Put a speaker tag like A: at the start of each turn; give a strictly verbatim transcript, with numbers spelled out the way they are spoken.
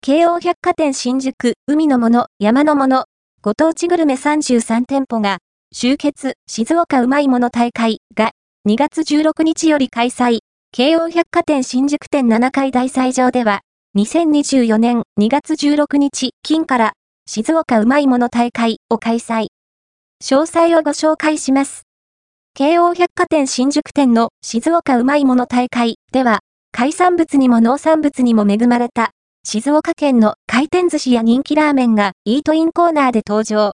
A: 京王百貨店新宿、海のもの、山のもの、ご当地グルメさんじゅうさん店舗が、集結、静岡うまいもの大会が、にがつじゅうろくにちより開催。京王百貨店新宿店ななかい大祭場では、にせんにじゅうよねんにがつじゅうろくにち金から、静岡うまいもの大会を開催。詳細をご紹介します。京王百貨店新宿店の静岡うまいもの大会では、海産物にも農産物にも恵まれた、静岡県の回転寿司や人気ラーメンがイートインコーナーで登場。